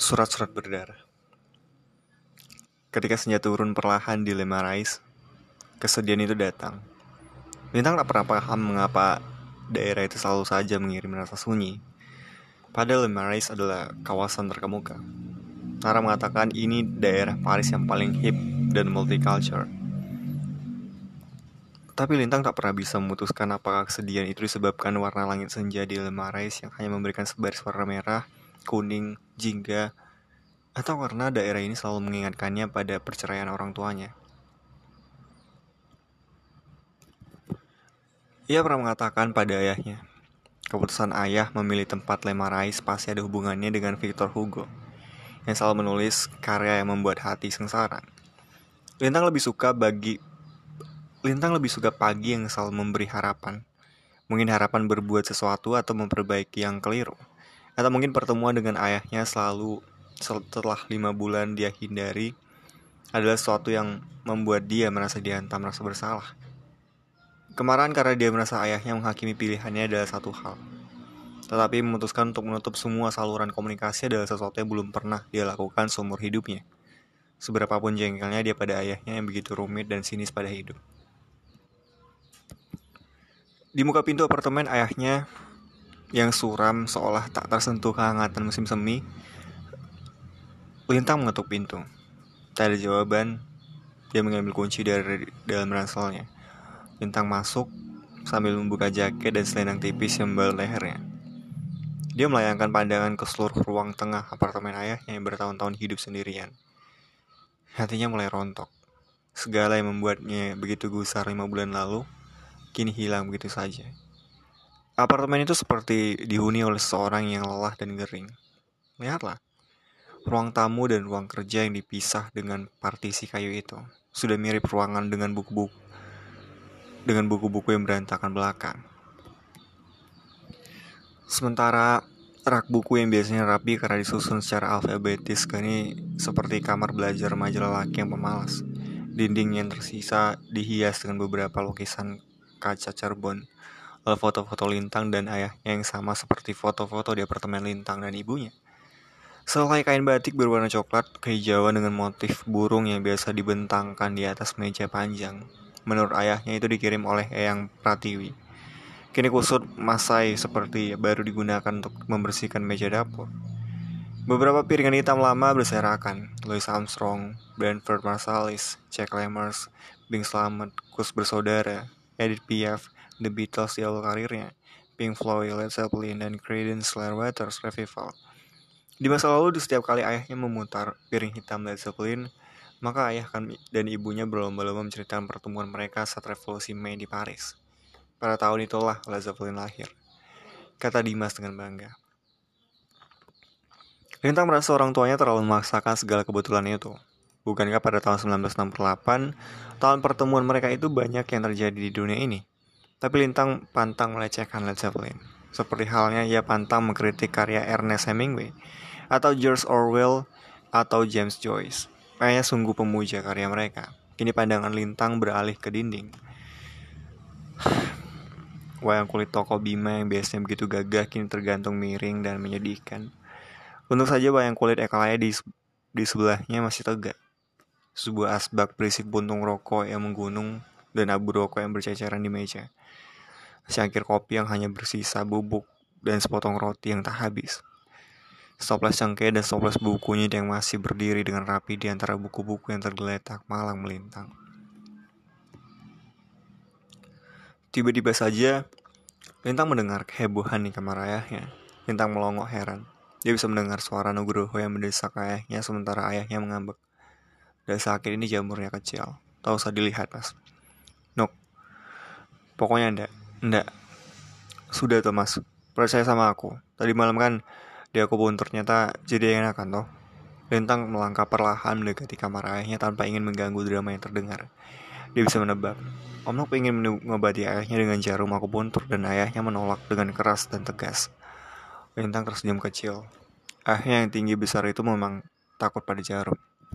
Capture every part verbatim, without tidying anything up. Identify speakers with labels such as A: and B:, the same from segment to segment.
A: Surat-surat berdarah. Ketika senja turun perlahan di Lemmarais, kesedihan itu datang. Lintang tak pernah paham mengapa daerah itu selalu saja mengirim rasa sunyi. Padahal Lemmarais adalah kawasan terkemuka. Nara mengatakan ini daerah Paris yang paling hip dan multicultural. Tapi Lintang tak pernah bisa memutuskan apakah kesedihan itu disebabkan warna langit senja di Lemmarais yang hanya memberikan sebaris warna merah, kuning, jingga, atau karena daerah ini selalu mengingatkannya pada perceraian orang tuanya. Ia pernah mengatakan pada ayahnya, keputusan ayah memilih tempat Lemmarais pasti ada hubungannya dengan Victor Hugo, yang selalu menulis karya yang membuat hati sengsara. Lintang lebih suka bagi Lintang lebih suka pagi yang selalu memberi harapan. Mungkin harapan berbuat sesuatu atau memperbaiki yang keliru. Atau mungkin pertemuan dengan ayahnya selalu setelah lima bulan dia hindari adalah sesuatu yang membuat dia merasa dihantam rasa bersalah. Kemarahan karena dia merasa ayahnya menghakimi pilihannya adalah satu hal. Tetapi memutuskan untuk menutup semua saluran komunikasi adalah sesuatu yang belum pernah dia lakukan seumur hidupnya. Seberapapun jengkelnya dia pada ayahnya yang begitu rumit dan sinis pada hidup. Di muka pintu apartemen ayahnya yang suram seolah tak tersentuh kehangatan musim semi, Lintang mengetuk pintu. Tak ada jawaban. Dia mengambil kunci dari dalam ranselnya. Lintang masuk sambil membuka jaket dan selendang tipis yang membalut lehernya. Dia melayangkan pandangan ke seluruh ruang tengah apartemen ayahnya yang bertahun-tahun hidup sendirian. Hatinya mulai rontok. Segala yang membuatnya begitu gusar lima bulan lalu kini hilang begitu saja. Apartemen itu seperti dihuni oleh seseorang yang lelah dan gering. Lihatlah, ruang tamu dan ruang kerja yang dipisah dengan partisi kayu itu sudah mirip ruangan dengan buku-buku dengan buku-buku yang berantakan belakang. Sementara rak buku yang biasanya rapi karena disusun secara alfabetis kini seperti kamar belajar remaja lelaki yang pemalas. Dinding yang tersisa dihias dengan beberapa lukisan kaca Cirebon, lalu foto-foto Lintang dan ayahnya yang sama seperti foto-foto di apartemen Lintang dan ibunya. Selai kain batik berwarna coklat kehijauan dengan motif burung yang biasa dibentangkan di atas meja panjang. Menurut ayahnya itu dikirim oleh Eyang Pratiwi. Kini kusut masai seperti baru digunakan untuk membersihkan meja dapur. Beberapa piringan hitam lama berserakan. Louis Armstrong, Branford Marsalis, Jack Lammers, Bing Slamet, Kus Bersaudara, Edith Piaf, The Beatles di awal karirnya, Pink Floyd, Led Zeppelin, dan Creedence Clearwater Revival. Di masa lalu, di setiap kali ayahnya memutar piring hitam Led Zeppelin, maka ayah dan ibunya berlomba-lomba menceritakan pertemuan mereka saat revolusi Mei di Paris. Pada tahun itulah Led Zeppelin lahir, kata Dimas dengan bangga. Lintang merasa orang tuanya terlalu memaksakan segala kebetulan itu. Bukankah pada tahun sembilan belas enam puluh delapan, tahun pertemuan mereka itu banyak yang terjadi di dunia ini? Tapi Lintang pantang melecehkan Led Zeppelin. Seperti halnya ia pantang mengkritik karya Ernest Hemingway, atau George Orwell, atau James Joyce. Ayahnya sungguh pemuja karya mereka. Kini pandangan Lintang beralih ke dinding. Wayang kulit toko Bima yang biasanya begitu gagah kini tergantung miring dan menyedihkan. Untung saja wayang kulit Ekalaya di, di sebelahnya masih tegak. Sebuah asbak berisi puntung rokok yang menggunung dan abu rokok yang berceceran di meja. Secangkir kopi yang hanya bersisa bubuk dan sepotong roti yang tak habis. Stoples cengkeh dan stoples bukunya yang masih berdiri dengan rapi di antara buku-buku yang tergeletak malang melintang. Tiba-tiba saja, Lintang mendengar kehebohan di kamar ayahnya. Lintang melongok heran. Dia bisa mendengar suara Nugroho yang mendesak ayahnya sementara ayahnya mengambek. Dan sakit ini jamurnya kecil. Tak usah dilihat, Mas. Nuk, pokoknya ndak. Ndak. Sudah tuh, Mas. Percaya sama aku. Tadi malam kan di aku pun ternyata jadi enakan toh. Lintang melangkah perlahan mendekati kamar ayahnya tanpa ingin mengganggu drama yang terdengar. Dia bisa menebak. Om Nuk ingin mengobati ayahnya dengan jarum akupuntur dan ayahnya menolak dengan keras dan tegas. Lintang tersenyum kecil. Ayahnya yang tinggi besar itu memang takut pada jarum.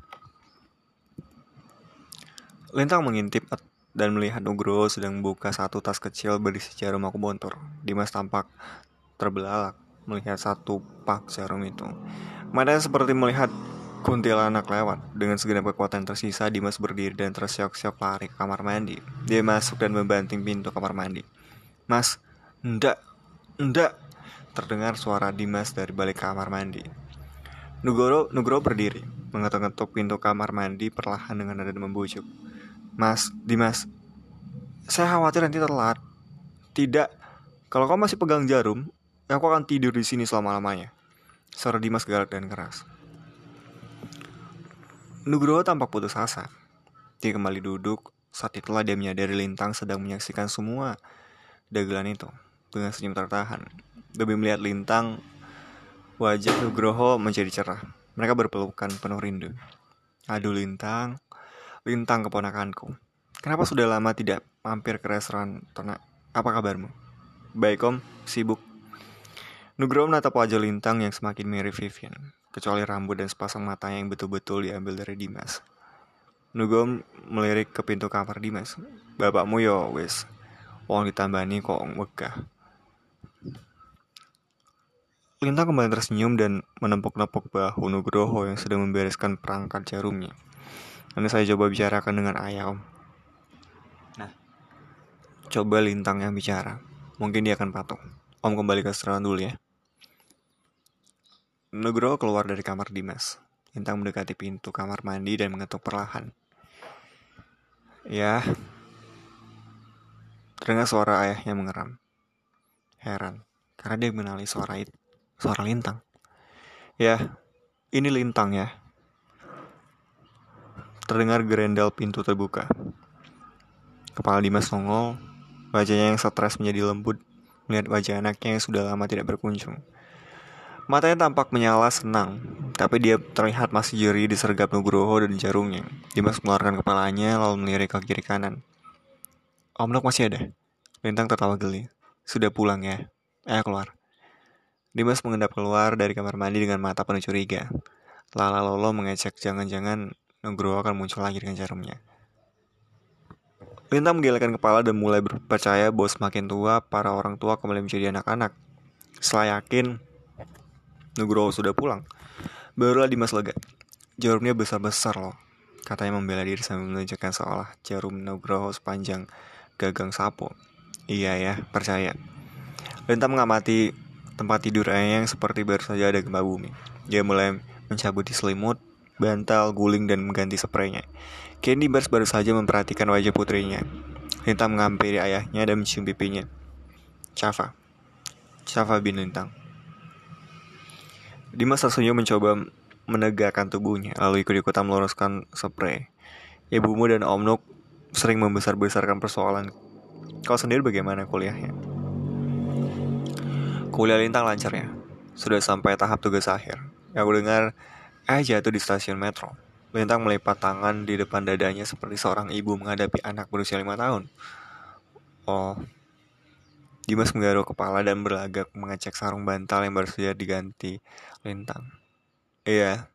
A: Lintang mengintip dan melihat Nugroho sedang membuka satu tas kecil berisi jarum akupuntur. Dimas tampak terbelalak melihat satu pak jarum itu. Matanya seperti melihat kuntilanak lewat. Dengan segenap kekuatan tersisa, Dimas berdiri dan tersiok-siok lari ke kamar mandi. Dia masuk dan membanting pintu kamar mandi. "Mas, ndak, ndak," terdengar suara Dimas dari balik kamar mandi. Nugoro, Nugro berdiri, mengetuk-ngetuk pintu kamar mandi perlahan dengan nada membujuk. "Mas, Dimas, saya khawatir nanti telat." "Tidak, kalau kau masih pegang jarum, aku akan tidur di sini selama-lamanya," suara Dimas galak dan keras. Nugroho tampak putus asa. Dia kembali duduk. Saat itulah dia menyadari Lintang sedang menyaksikan semua dagelan itu dengan senyum tertahan. Demi melihat Lintang, wajah Nugroho menjadi cerah. Mereka berpelukan penuh rindu. "Aduh Lintang, Lintang keponakanku, kenapa sudah lama tidak mampir ke restoran ternak? Apa kabarmu?" "Baik om, sibuk." Nugroho menatap wajah Lintang yang semakin mirip Vivian, kecuali rambut dan sepasang matanya yang betul-betul diambil dari Dimas. Nugroho melirik ke pintu kamar Dimas. "Bapakmu yo wis, wong ditambani kok megah." Lintang kembali tersenyum dan menepuk-nepuk bahu Nugroho yang sedang membereskan perangkat jarumnya. "Nanti saya coba bicarakan dengan ayah om." "Nah, coba Lintang yang bicara. Mungkin dia akan patuh. Om kembali ke restoran dulu ya." Nugroho keluar dari kamar Dimas. Lintang mendekati pintu kamar mandi dan mengetuk perlahan. "Ya," terdengar suara ayahnya mengeram. Heran, karena dia mengenali suara itu, suara Lintang. "Ya, ini Lintang ya." Terdengar gerendal pintu terbuka. Kepala Dimas nongol, wajahnya yang stres menjadi lembut melihat wajah anaknya yang sudah lama tidak berkunjung. Matanya tampak menyala senang, tapi dia terlihat masih jeri disergap Nugroho dan jarumnya. Dimas mengeluarkan kepalanya lalu melirik ke kiri kanan. "Om Nok masih ada?" Lintang tertawa geli. "Sudah pulang ya? Ayo keluar." Dimas mengendap keluar dari kamar mandi dengan mata penuh curiga. Lala Lolo mengecek jangan-jangan Nugroho akan muncul lagi dengan jarumnya. Lintang menggelengkan kepala dan mulai berpercaya bahwa semakin tua, para orang tua kembali menjadi anak-anak. Setelah yakin Nugroho sudah pulang, barulah Dimas lega. "Jarumnya besar-besar loh," katanya membela diri sambil menunjukkan seolah jarum Nugroho sepanjang gagang sapu. "Iya ya, percaya." Lintang mengamati tempat tidur ayahnya yang seperti baru saja ada gempa bumi. Dia mulai mencabuti selimut, bantal, guling, dan mengganti spraynya. Kini Dimas baru saja memperhatikan wajah putrinya. Lintang menghampiri ayahnya dan mencium pipinya. "Cafa, Cafa bin Lintang." Dimas tersenyum mencoba menegakkan tubuhnya, lalu ikut-ikutan meluruskan spray. "Ibumu dan Om Nuk sering membesar-besarkan persoalan. Kau sendiri bagaimana kuliahnya?" "Kuliah Lintang lancar ya. Sudah sampai tahap tugas akhir. Aku dengar eh jatuh di stasiun metro." Lintang melipat tangan di depan dadanya seperti seorang ibu menghadapi anak berusia lima tahun. "Oh." Dimas menggaruk kepala dan berlagak mengecek sarung bantal yang baru saja diganti Lintang. "Iya,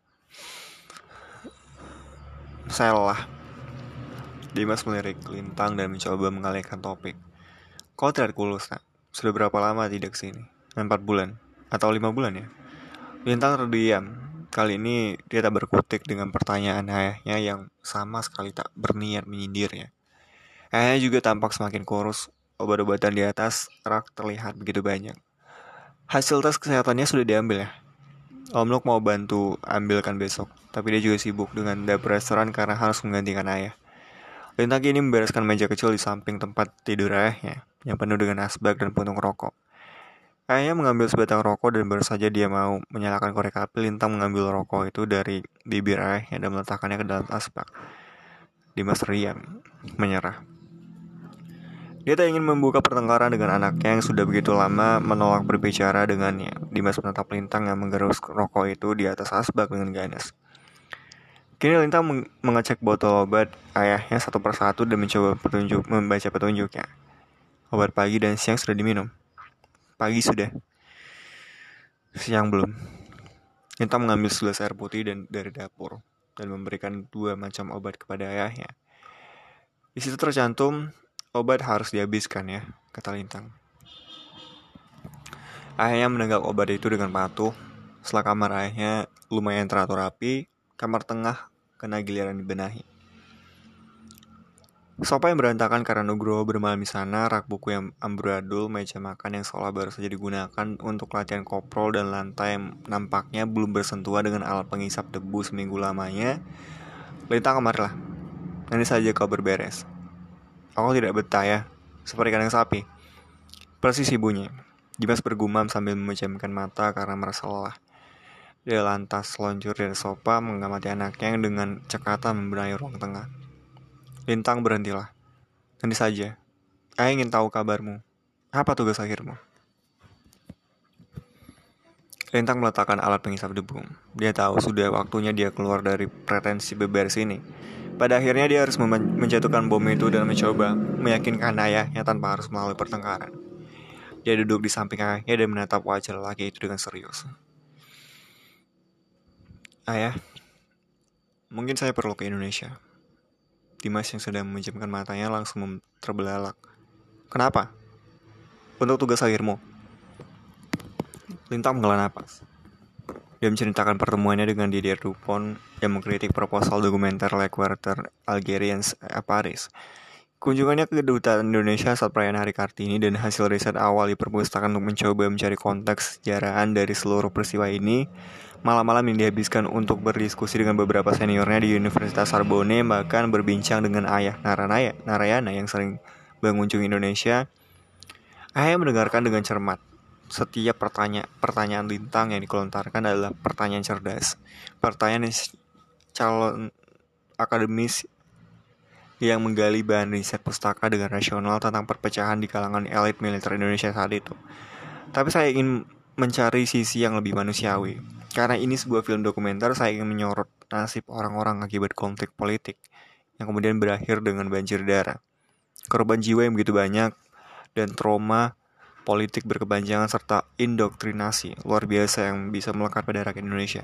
A: saya lelah." Dimas melirik Lintang dan mencoba mengalihkan topik. "Kau terlihat kulus, nak. Sudah berapa lama tidak kesini? Empat bulan? Atau lima bulan ya?" Lintang terdiam. Kali ini dia tak berkutik dengan pertanyaan ayahnya yang sama sekali tak berniat menyindirnya. Ayahnya juga tampak semakin kurus. Obat-obatan di atas rak terlihat begitu banyak. "Hasil tes kesehatannya sudah diambil ya? Om Nuk mau bantu ambilkan besok, tapi dia juga sibuk dengan dapur restoran karena harus menggantikan ayah." Lintang kini membereskan meja kecil di samping tempat tidur ayahnya, yang penuh dengan asbak dan puntung rokok. Ayahnya mengambil sebatang rokok dan baru saja dia mau menyalakan korek api, Lintang mengambil rokok itu dari bibir ayahnya dan meletakkannya ke dalam asbak. Dimas terdiam, menyerah. Dia tak ingin membuka pertengkaran dengan anaknya yang sudah begitu lama menolak berbicara dengannya. Dimas menatap Lintang yang menggerus rokok itu di atas asbak dengan ganas. Kini Lintang meng- mengecek botol obat ayahnya satu persatu dan mencoba petunjuk, membaca petunjuknya. Obat pagi dan siang sudah diminum. Pagi sudah. Siang belum. Lintang mengambil segelas air putih dan dari dapur dan memberikan dua macam obat kepada ayahnya. Di situ tercantum, "Obat harus dihabiskan ya," kata Lintang. Ayahnya menenggak obat itu dengan patuh. Setelah kamar ayahnya lumayan teratur rapi. Kamar tengah kena giliran dibenahi. Sofa yang berantakan karena Nugroho bermalam di sana, rak buku yang amburadul, meja makan yang seolah baru saja digunakan untuk latihan koprol, dan lantai yang nampaknya belum bersentuhan dengan alat penghisap debu seminggu lamanya. Lintang, kemarilah. Nanti saja kau berberes. Aku tidak betah ya, seperti kandang sapi. Persis ibunya. Dimas bergumam sambil memejamkan mata karena merasa lelah. Dia lantas seluncur dari sofa mengamati anaknya yang dengan cekatan membenahi ruang tengah. Lintang, berhentilah. Nanti saja. Ayah ingin tahu kabarmu. Apa tugas akhirmu? Lintang meletakkan alat penghisap debu. Dia tahu sudah waktunya dia keluar dari pretensi beberes ini. Pada akhirnya dia harus mem- menjatuhkan bom itu dan mencoba meyakinkan ayahnya tanpa harus melalui pertengkaran. Dia duduk di samping ayahnya dan menatap wajah lelaki itu dengan serius. Ayah, mungkin saya perlu ke Indonesia. Dimas yang sedang memejamkan matanya langsung terbelalak. Kenapa? Untuk tugas akhirmu. Lintang menghela napas. Dia menceritakan pertemuannya dengan Didier Dupont yang mengkritik proposal dokumenter Le Quartier Algériens à Paris. Kunjungannya ke Kedutaan Indonesia saat perayaan Hari Kartini dan hasil riset awal di perpustakaan untuk mencoba mencari konteks sejarahan dari seluruh peristiwa ini. Malam-malam yang dihabiskan untuk berdiskusi dengan beberapa seniornya di Universitas Sorbonne, bahkan berbincang dengan ayah Naranaya, Narayana yang sering mengunjungi Indonesia. Ayah mendengarkan dengan cermat. Setiap pertanya- pertanyaan Lintang yang dikelontarkan adalah pertanyaan cerdas. Pertanyaan calon akademis yang menggali bahan riset pustaka dengan rasional tentang perpecahan di kalangan elit militer Indonesia saat itu. Tapi saya ingin mencari sisi yang lebih manusiawi. Karena ini sebuah film dokumenter, saya ingin menyorot nasib orang-orang akibat konflik politik yang kemudian berakhir dengan banjir darah, korban jiwa yang begitu banyak, dan trauma politik berkepanjangan serta indoktrinasi luar biasa yang bisa melekat pada rakyat Indonesia.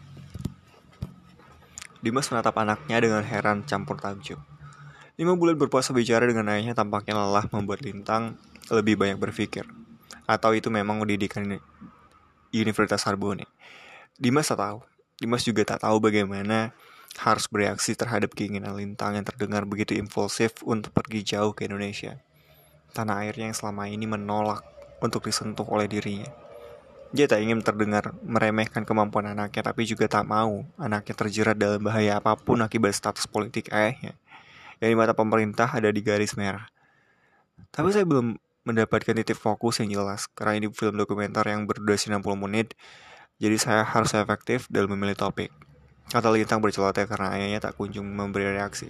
A: Dimas menatap anaknya dengan heran campur takjub. Lima bulan berpuasa bicara dengan ayahnya tampaknya lelah membuat Lintang lebih banyak berpikir. Atau itu memang didikan Universitas Sorbonne. Dimas tak tahu. Dimas juga tak tahu bagaimana harus bereaksi terhadap keinginan Lintang yang terdengar begitu impulsif untuk pergi jauh ke Indonesia, tanah airnya yang selama ini menolak untuk disentuh oleh dirinya. Dia tak ingin terdengar meremehkan kemampuan anaknya, tapi juga tak mau anaknya terjerat dalam bahaya apapun akibat status politik ayahnya, yang di mata pemerintah ada di garis merah. Tapi saya belum mendapatkan titik fokus yang jelas, karena ini film dokumenter yang berdurasi enam puluh menit, jadi saya harus efektif dalam memilih topik. Kata Lintang berceloteh karena ayahnya tak kunjung memberi reaksi.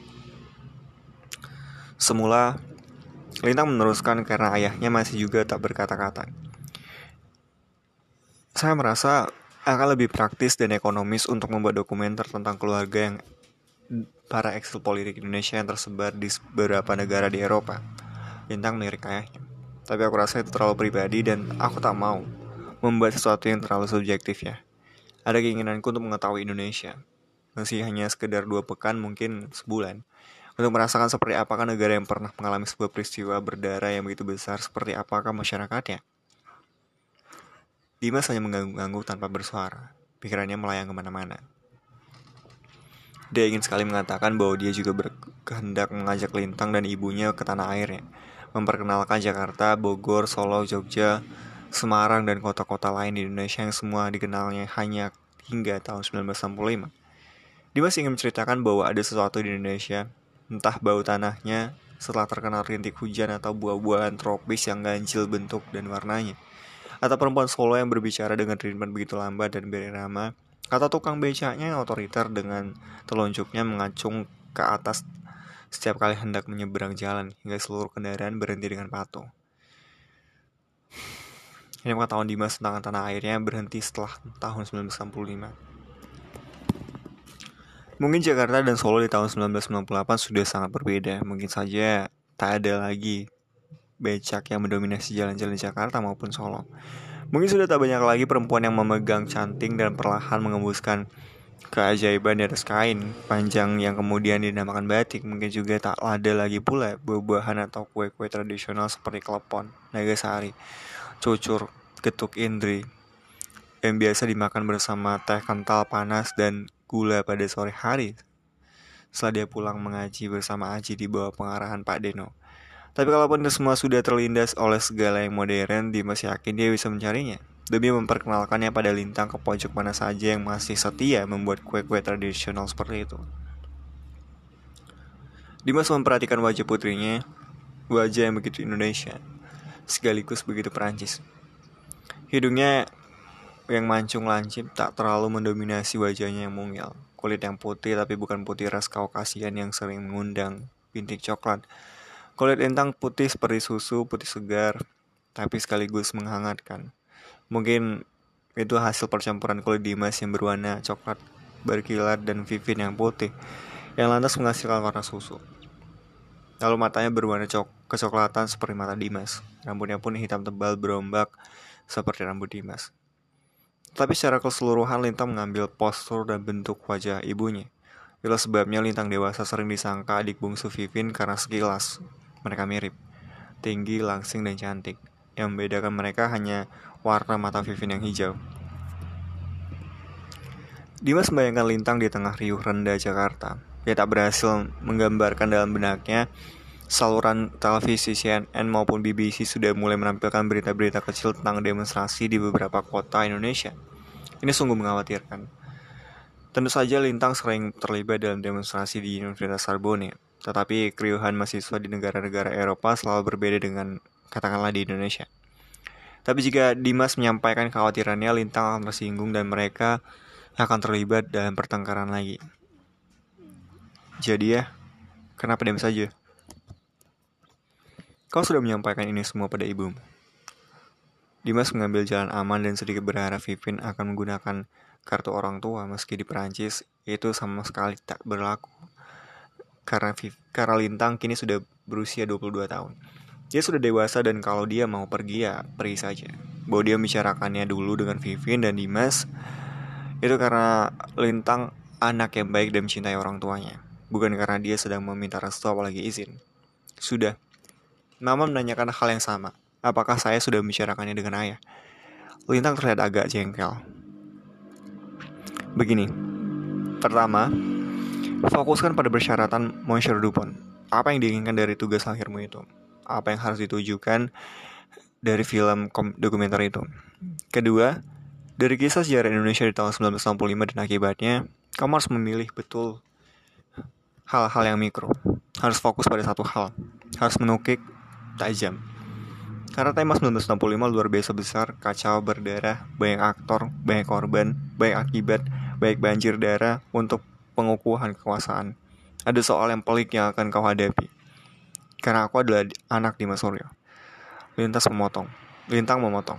A: Semula Lintang meneruskan karena ayahnya masih juga tak berkata-kata. Saya merasa akan lebih praktis dan ekonomis untuk membuat dokumenter tentang keluarga yang para eksil politik Indonesia yang tersebar di beberapa negara di Eropa. Lintang melirik ayahnya. Tapi aku rasa itu terlalu pribadi dan aku tak mau membuat sesuatu yang terlalu subjektif ya. Ada keinginanku untuk mengetahui Indonesia. Masih hanya sekedar dua pekan, mungkin sebulan. Untuk merasakan seperti apakah negara yang pernah mengalami sebuah peristiwa berdarah yang begitu besar, seperti apakah masyarakatnya. Dimas hanya mengangguk-angguk tanpa bersuara. Pikirannya melayang kemana-mana. Dia ingin sekali mengatakan bahwa dia juga berkehendak mengajak Lintang dan ibunya ke tanah airnya, memperkenalkan Jakarta, Bogor, Solo, Jogja, Semarang, dan kota-kota lain di Indonesia yang semua dikenalnya hanya hingga tahun sembilan belas enam puluh lima. Dimas ingin menceritakan bahwa ada sesuatu di Indonesia, entah bau tanahnya setelah terkena rintik hujan atau buah-buahan tropis yang ganjil bentuk dan warnanya, atau perempuan Solo yang berbicara dengan ritme begitu lambat dan berirama, atau tukang becaknya yang otoriter dengan telunjuknya mengacung ke atas setiap kali hendak menyeberang jalan hingga seluruh kendaraan berhenti dengan patuh. Ini pengetahuan Dimas tentang tanah airnya berhenti setelah tahun sembilan belas enam puluh lima. Mungkin Jakarta dan Solo di tahun sembilan belas sembilan puluh delapan sudah sangat berbeda. Mungkin saja tak ada lagi becak yang mendominasi jalan-jalan Jakarta maupun Solo. Mungkin sudah tak banyak lagi perempuan yang memegang canting dan perlahan mengembuskan keajaiban di atas kain panjang yang kemudian dinamakan batik. Mungkin juga tak ada lagi pula buah-buahan atau kue-kue tradisional seperti klepon, nagasari, cucur, getuk indri yang biasa dimakan bersama teh kental panas dan gula pada sore hari setelah dia pulang mengaji bersama Aji di bawah pengarahan Pak Deno. Tapi kalaupun itu semua sudah terlindas oleh segala yang modern, Dimas yakin dia bisa mencarinya demi memperkenalkannya pada Lintang ke pojok mana saja yang masih setia membuat kue-kue tradisional seperti itu. Dimas memperhatikan wajah putrinya, wajah yang begitu Indonesia, sekaligus begitu Perancis. Hidungnya yang mancung lancip tak terlalu mendominasi wajahnya yang mungil. Kulit yang putih tapi bukan putih ras Kaukasian yang sering mengundang bintik coklat. Kulit Lintang putih seperti susu, putih segar, tapi sekaligus menghangatkan. Mungkin itu hasil percampuran kulit Dimas yang berwarna coklat, berkilat, dan Vivin yang putih, yang lantas menghasilkan warna susu. Lalu matanya berwarna cok- kecoklatan seperti mata Dimas. Rambutnya pun hitam tebal berombak seperti rambut Dimas. Tapi secara keseluruhan Lintang mengambil postur dan bentuk wajah ibunya. Itulah sebabnya Lintang dewasa sering disangka adik bungsu Vivin karena sekilas mereka mirip, tinggi, langsing, dan cantik. Yang membedakan mereka hanya warna mata Vivin yang hijau. Dimas membayangkan Lintang di tengah riuh rendah Jakarta. Dia tak berhasil menggambarkan dalam benaknya saluran televisi C N N maupun B B C sudah mulai menampilkan berita-berita kecil tentang demonstrasi di beberapa kota Indonesia. Ini sungguh mengkhawatirkan. Tentu saja Lintang sering terlibat dalam demonstrasi di Universitas Sorbonne, tetapi keriuhan mahasiswa di negara-negara Eropa selalu berbeda dengan katakanlah di Indonesia. Tapi jika Dimas menyampaikan kekhawatirannya, Lintang akan tersinggung dan mereka akan terlibat dalam pertengkaran lagi. Jadi ya, kenapa diam saja? Kau sudah menyampaikan ini semua pada ibumu. Dimas mengambil jalan aman dan sedikit berharap Vivin akan menggunakan kartu orang tua meski di Perancis itu sama sekali tak berlaku. Karena, Viv, karena Lintang kini sudah berusia dua puluh dua tahun. Dia sudah dewasa dan kalau dia mau pergi ya pergi saja. Bahwa dia membicarakannya dulu dengan Vivin dan Dimas itu karena Lintang anak yang baik dan mencintai orang tuanya. Bukan karena dia sedang meminta restu apalagi izin. Sudah. Mama menanyakan hal yang sama. Apakah saya sudah membicarakannya dengan ayah? Lintang terlihat agak jengkel. Begini. Pertama, fokuskan pada persyaratan Monsieur Dupont. Apa yang diinginkan dari tugas lahirmu itu? Apa yang harus ditujukan dari film kom- dokumenter itu? Kedua, dari kisah sejarah Indonesia di tahun sembilan belas enam puluh lima dan akibatnya, kamu harus memilih betul hal-hal yang mikro. Harus fokus pada satu hal. Harus menukik tajam. Karena tema sembilan belas enam puluh lima luar biasa besar, kacau, berdarah, banyak aktor, banyak korban, banyak akibat, banyak banjir darah untuk pengukuhan kekuasaan. Ada soal yang pelik yang akan kau hadapi. Karena aku adalah anak Dimas Suryo. Lintas memotong. Lintang memotong.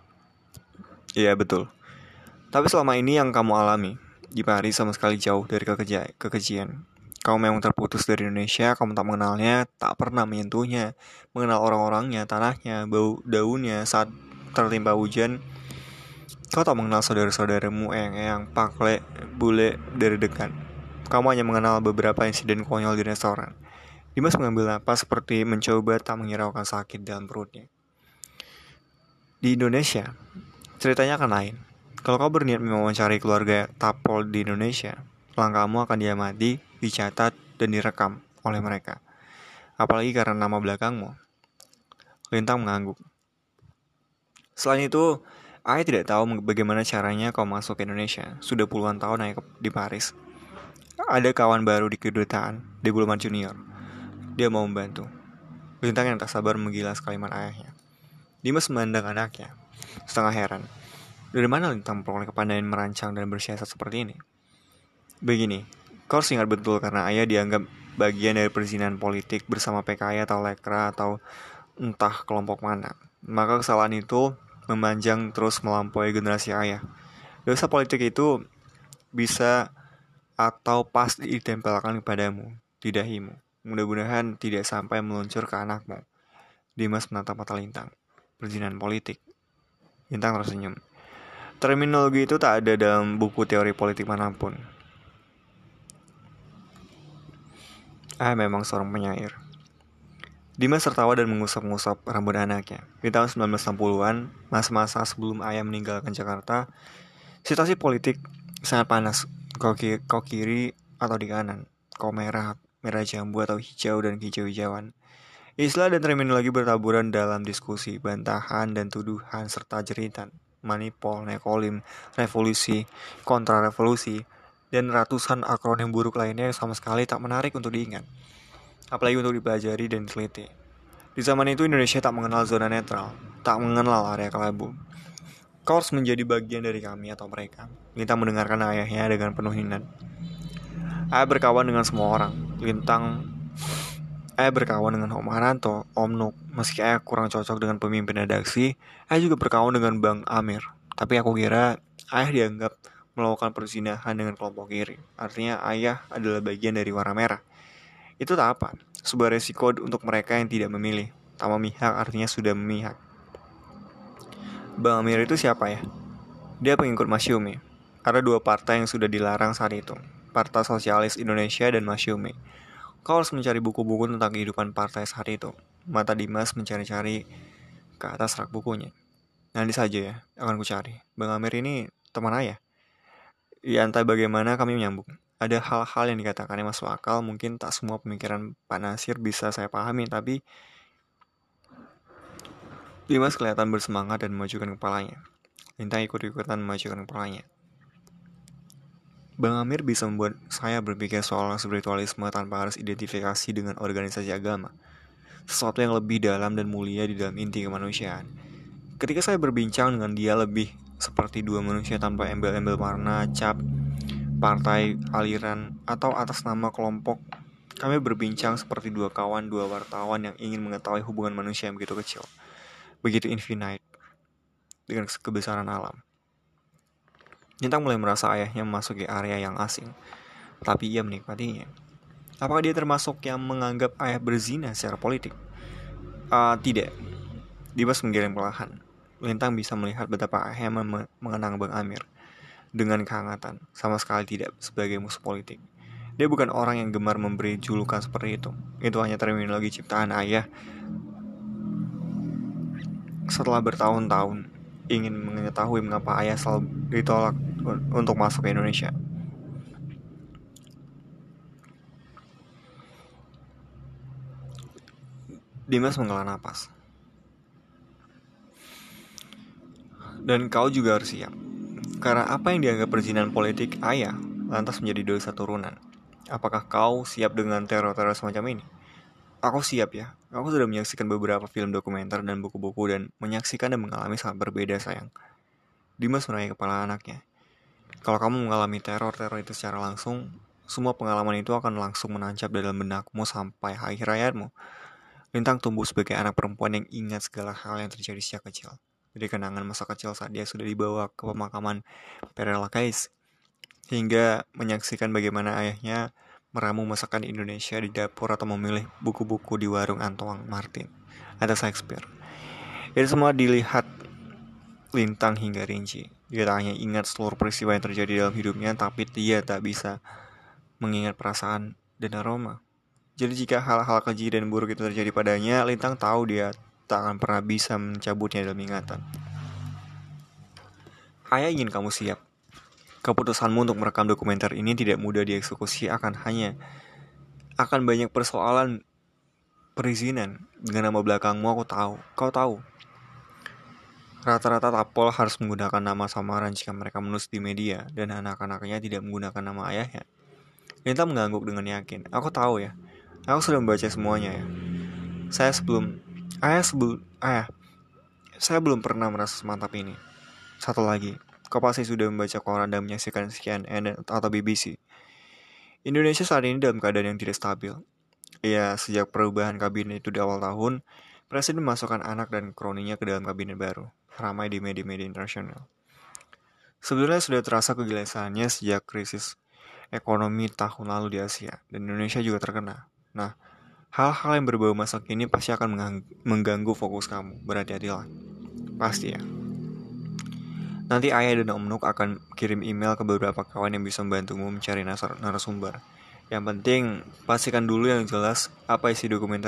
A: Iya betul. Tapi selama ini yang kamu alami di Paris sama sekali jauh dari kekeja- kekejian. Kamu memang terputus dari Indonesia, kamu tak mengenalnya, tak pernah menyentuhnya, mengenal orang-orangnya, tanahnya, bau daunnya saat tertimpa hujan. Kau tak mengenal saudara-saudaramu eyang-eyang, pakle, bule dari dekat. Kamu hanya mengenal beberapa insiden konyol di restoran. Dimas mengambil napas seperti mencoba tak menghiraukan sakit dalam perutnya. Di Indonesia, ceritanya akan lain. Kalau kau berniat mewawancari keluarga Tapol di Indonesia, langkahmu akan diamati, dicatat, dan direkam oleh mereka. Apalagi karena nama belakangmu. Lintang mengangguk. Selain itu, ayah tidak tahu bagaimana caranya kau masuk ke Indonesia. Sudah puluhan tahun ayah di Paris. Ada kawan baru di kedutaan, diplomat junior. Dia mau membantu. Lintang yang tak sabar menggilas kalimat ayahnya. Dimas memandang anaknya, setengah heran. Dari mana Lintang memperoleh kepandaian merancang dan bersiasat seperti ini? Begini, kau harus ingat betul karena ayah dianggap bagian dari perzinahan politik bersama P K I atau Lekra atau entah kelompok mana. Maka kesalahan itu memanjang terus melampaui generasi ayah. Dosa politik itu bisa atau pasti ditempelkan kepadamu, di dahimu. Mudah-mudahan tidak sampai meluncur ke anakmu. Dimas menatap mata Lintang. Perzinahan politik. Lintang tersenyum. Terminologi itu tak ada dalam buku teori politik manapun. Ah, memang seorang penyair. Dimas tertawa dan mengusap-ngusap rambut anaknya. Di tahun sembilan belas enam puluhan, masa-masa sebelum ayah meninggalkan Jakarta, situasi politik sangat panas. Kau kiri, kau kiri atau di kanan, kau merah, merah jambu atau hijau dan hijau-hijauan. Istilah dan terminologi bertaburan dalam diskusi, bantahan dan tuduhan serta jeritan, manipol, nekolim, revolusi, kontrarevolusi, dan ratusan akronim buruk lainnya yang sama sekali tak menarik untuk diingat, apalagi untuk dipelajari dan diteliti. Di zaman itu Indonesia tak mengenal zona netral, tak mengenal area kelabu. Kau harus menjadi bagian dari kami atau mereka. Lintang mendengarkan ayahnya dengan penuh minat. Ayah berkawan dengan semua orang. Lintang Ayah berkawan dengan Om Haranto, Om Nuk. Meski ayah kurang cocok dengan pemimpin redaksi, ayah juga berkawan dengan Bang Amir. Tapi aku kira ayah dianggap melakukan perzinahan dengan kelompok kiri. Artinya ayah adalah bagian dari warna merah. Itu tak apa, sebuah resiko untuk mereka yang tidak memilih. Tak memihak artinya sudah memihak. Bang Amir itu siapa ya? Dia pengikut Masyumi. Ada dua partai yang sudah dilarang saat itu, Partai Sosialis Indonesia dan Masyumi. Kau harus mencari buku-buku tentang kehidupan partai saat itu. Mata Dimas mencari-cari ke atas rak bukunya. Nanti saja ya, akan kucari. Bang Amir ini teman ayah. Ya entah bagaimana kami menyambung. Ada hal-hal yang dikatakannya masuk akal. Mungkin tak semua pemikiran Pak Nasir bisa saya pahami, tapi Dimas kelihatan bersemangat dan memajukan kepalanya. Lintang ikut-ikutan memajukan kepalanya. Bang Amir bisa membuat saya berpikir soal spiritualisme tanpa harus identifikasi dengan organisasi agama. Sesuatu yang lebih dalam dan mulia di dalam inti kemanusiaan. Ketika saya berbincang dengan dia lebih seperti dua manusia tanpa embel-embel warna, cap, partai, aliran, atau atas nama kelompok. Kami berbincang seperti dua kawan, dua wartawan yang ingin mengetahui hubungan manusia yang begitu kecil, begitu infinite, dengan kebesaran alam. Lintang mulai merasa ayahnya memasuki area yang asing, tapi ia menikmatinya. Apakah dia termasuk yang menganggap ayah berzina secara politik? Uh, tidak. Dimas menggeleng perlahan. Lintang bisa melihat betapa ayahnya mem- mengenang Bang Amir dengan kehangatan, sama sekali tidak sebagai musuh politik. Dia bukan orang yang gemar memberi julukan seperti itu. Itu hanya terminologi ciptaan ayah setelah bertahun-tahun ingin mengetahui mengapa ayah selalu ditolak untuk masuk ke Indonesia. Dimas menghela napas. Dan kau juga harus siap. Karena apa yang dianggap perzinahan politik ayah lantas menjadi dosa turunan. Apakah kau siap dengan teror-teror semacam ini? Aku siap ya. Aku sudah menyaksikan beberapa film dokumenter dan buku-buku dan menyaksikan dan mengalami sangat berbeda sayang. Dimas meraih kepala anaknya. Kalau kamu mengalami teror-teror itu secara langsung, semua pengalaman itu akan langsung menancap dalam benakmu sampai akhir hayatmu. Lintang tumbuh sebagai anak perempuan yang ingat segala hal yang terjadi sejak kecil. Dari kenangan masa kecil saat dia sudah dibawa ke pemakaman Pere Lachaise, hingga menyaksikan bagaimana ayahnya meramu masakan Indonesia di dapur atau memilih buku-buku di warung Antoine Martin atau Shakespeare. Itu semua dilihat Lintang hingga rinci. Dia tak hanya ingat seluruh peristiwa yang terjadi dalam hidupnya, tapi dia tak bisa mengingat perasaan dan aroma. Jadi jika hal-hal keji dan buruk itu terjadi padanya, Lintang tahu dia tak akan pernah bisa mencabutnya dalam ingatan. Ayah ingin kamu siap. Keputusanmu untuk merekam dokumenter ini tidak mudah dieksekusi, akan hanya akan banyak persoalan perizinan. Dengan nama belakangmu aku tahu, kau tahu. Rata-rata tapol harus menggunakan nama samaran jika mereka menulis di media, dan anak-anaknya tidak menggunakan nama ayahnya. Lintang mengangguk dengan yakin. Aku tahu ya. Aku sudah membaca semuanya ya. Saya sebelum Ayah sebelum Ayah Saya belum pernah merasa semantap ini. Satu lagi, kau pasti sudah membaca koran dan menyaksikan C N N atau B B C. Indonesia saat ini dalam keadaan yang tidak stabil. Ya, sejak perubahan kabinet itu di awal tahun, Presiden memasukkan anak dan kroninya ke dalam kabinet baru. Ramai di media-media internasional. Sebenarnya sudah terasa kegelisahannya sejak krisis ekonomi tahun lalu di Asia, dan Indonesia juga terkena. Nah, hal-hal yang berbau masa kini pasti akan mengganggu fokus kamu. Berhati-hatilah. Pasti ya. Nanti ayah dan Om Nuk akan kirim email ke beberapa kawan yang bisa membantumu mencari narasumber. Yang penting, pastikan dulu yang jelas apa isi dokumentermu.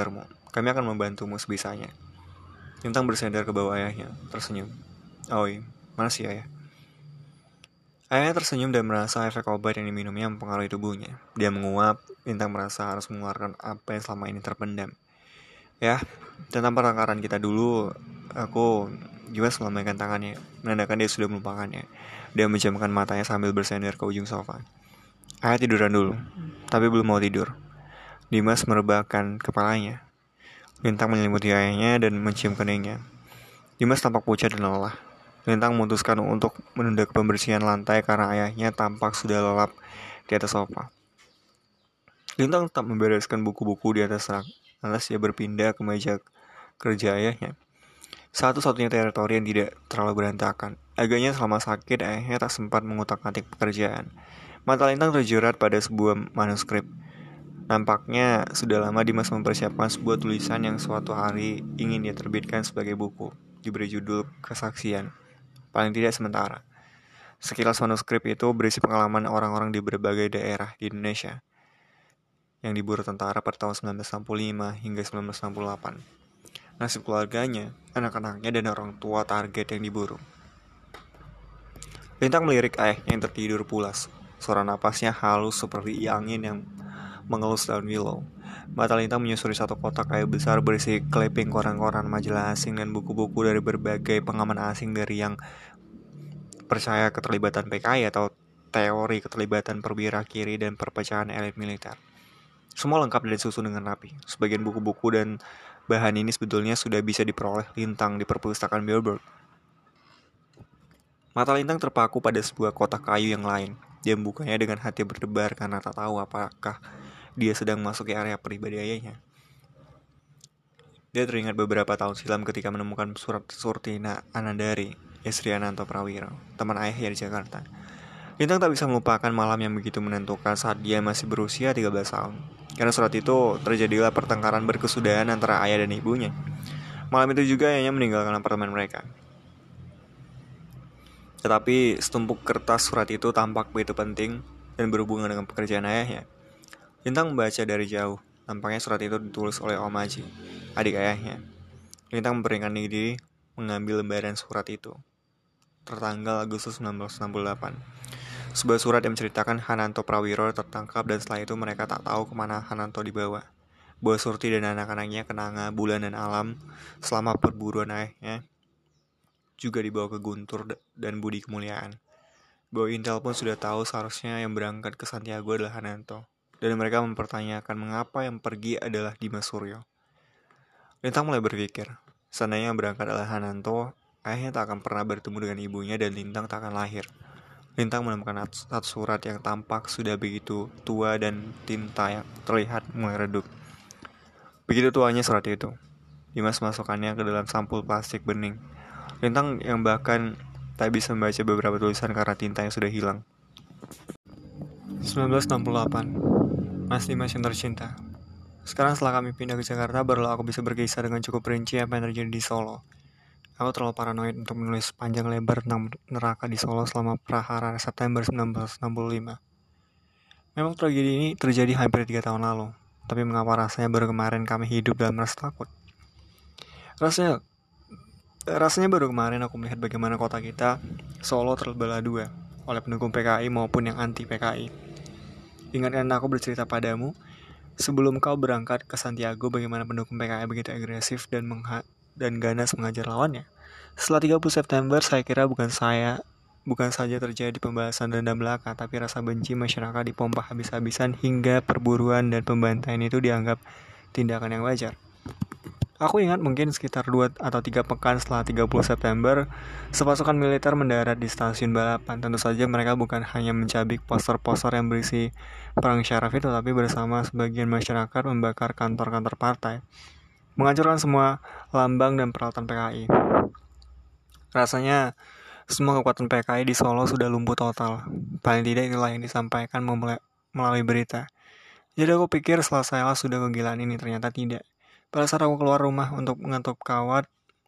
A: Kami akan membantumu sebisanya. Lintang bersandar ke bawah ayahnya, tersenyum. Oi, mana sih ayah? Ayahnya tersenyum dan merasa efek obat yang diminumnya mempengaruhi tubuhnya. Dia menguap, Lintang merasa harus mengeluarkan apa yang selama ini terpendam. Ya, tentang pertengkaran kita dulu, aku juga melambaikan tangannya, menandakan dia sudah melupakannya. Dia menjamkan matanya sambil bersandar ke ujung sofa. Ayah tiduran dulu, tapi belum mau tidur. Dimas merebahkan kepalanya. Lintang menyelimuti ayahnya dan mencium keningnya. Dimas tampak pucat dan lelah. Lintang memutuskan untuk menunda pembersihan lantai karena ayahnya tampak sudah lelap di atas sofa. Lintang tetap membereskan buku-buku di atas rak. Lantas dia berpindah ke meja kerja ayahnya. Satu-satunya teritori yang tidak terlalu berantakan. Agaknya selama sakit ayahnya tak sempat mengutak-atik pekerjaan. Mata Lintang terjerat pada sebuah manuskrip. Nampaknya sudah lama Dimas mempersiapkan sebuah tulisan yang suatu hari ingin dia terbitkan sebagai buku, diberi judul Kesaksian, paling tidak sementara. Sekilas manuskrip itu berisi pengalaman orang-orang di berbagai daerah di Indonesia yang diburu tentara pada tahun sembilan belas enam puluh lima hingga sembilan belas enam puluh delapan. Nasib keluarganya, anak-anaknya, dan orang tua target yang diburu. Lintang melirik ayahnya yang tertidur pulas. Suara napasnya halus seperti angin yang mengelus daun willow. Mata Lintang menyusuri satu kotak kayu besar berisi clipping koran-koran majalah asing dan buku-buku dari berbagai pengaman asing, dari yang percaya keterlibatan P K I atau teori keterlibatan perwira kiri dan perpecahan elit militer. Semua lengkap dan disusun dengan rapi. Sebagian buku-buku dan bahan ini sebetulnya sudah bisa diperoleh Lintang di perpustakaan Billboard. Mata Lintang terpaku pada sebuah kotak kayu yang lain. Dia membukanya dengan hati berdebar karena tak tahu apakah dia sedang memasuki area pribadi ayahnya. Dia teringat beberapa tahun silam ketika menemukan surat Surtina Anandari, istri Ananto Prawiro, teman ayahnya di Jakarta. Lintang tak bisa melupakan malam yang begitu menentukan saat dia masih berusia tiga belas tahun. Karena surat itu terjadilah pertengkaran berkesudahan antara ayah dan ibunya. Malam itu juga ayahnya meninggalkan apartemen mereka. Tetapi setumpuk kertas surat itu tampak begitu penting dan berhubungan dengan pekerjaan ayahnya. Lintang membaca dari jauh. Nampaknya surat itu ditulis oleh Om Aji, adik ayahnya. Lintang memperingatan diri mengambil lembaran surat itu. Tertanggal Agustus sembilan belas enam puluh delapan. Sebuah surat yang menceritakan Hananto Prawiro tertangkap dan setelah itu mereka tak tahu kemana Hananto dibawa. Bahwa Surti dan anak-anaknya Kenanga, Bulan, dan Alam selama perburuan ayahnya juga dibawa ke Guntur dan Budi Kemuliaan. Bahwa Intel pun sudah tahu seharusnya yang berangkat ke Santiago adalah Hananto. Dan mereka mempertanyakan mengapa yang pergi adalah Dimas Suryo. Lintang mulai berpikir, seandainya yang berangkat adalah Hananto, ayahnya tak akan pernah bertemu dengan ibunya dan Lintang tak akan lahir. Lintang menemukan satu surat yang tampak sudah begitu tua dan tinta yang terlihat mulai redup. Begitu tuanya surat itu. Dimas masukkannya ke dalam sampul plastik bening. Lintang yang bahkan tak bisa membaca beberapa tulisan karena tinta yang sudah hilang. sembilan belas enam puluh delapan. Mas Dimas yang tercinta. Sekarang setelah kami pindah ke Jakarta, barulah aku bisa berkisah dengan cukup rinci apa yang terjadi di Solo. Aku terlalu paranoid untuk menulis panjang lebar tentang neraka di Solo selama prahara September sembilan belas enam puluh lima. Memang tragedi ini terjadi hampir tiga tahun lalu, tapi mengapa rasanya baru kemarin kami hidup dalam rasa takut? Rasanya Rasanya baru kemarin aku melihat bagaimana kota kita, Solo, terbelah dua oleh pendukung P K I maupun yang anti P K I. Ingatkan aku bercerita padamu sebelum kau berangkat ke Santiago bagaimana pendukung P K I begitu agresif dan mengha- dan ganas mengajar lawannya. Setelah tiga puluh September, saya kira bukan saya bukan saja terjadi pembahasan dendam belaka, tapi rasa benci masyarakat dipompa habis-habisan hingga perburuan dan pembantaian itu dianggap tindakan yang wajar. Aku ingat mungkin sekitar dua atau tiga pekan setelah tiga puluh September, sepasukan militer mendarat di stasiun balapan. Tentu saja mereka bukan hanya mencabik poster-poster yang berisi perang syaraf itu, tapi bersama sebagian masyarakat membakar kantor-kantor partai, menghancurkan semua lambang dan peralatan P K I. Rasanya semua kekuatan P K I di Solo sudah lumpuh total. Paling tidak itulah yang disampaikan melalui berita. Jadi aku pikir selesailah sudah kegilaan ini, ternyata tidak. Pada saat aku keluar rumah untuk mengetuk kawat,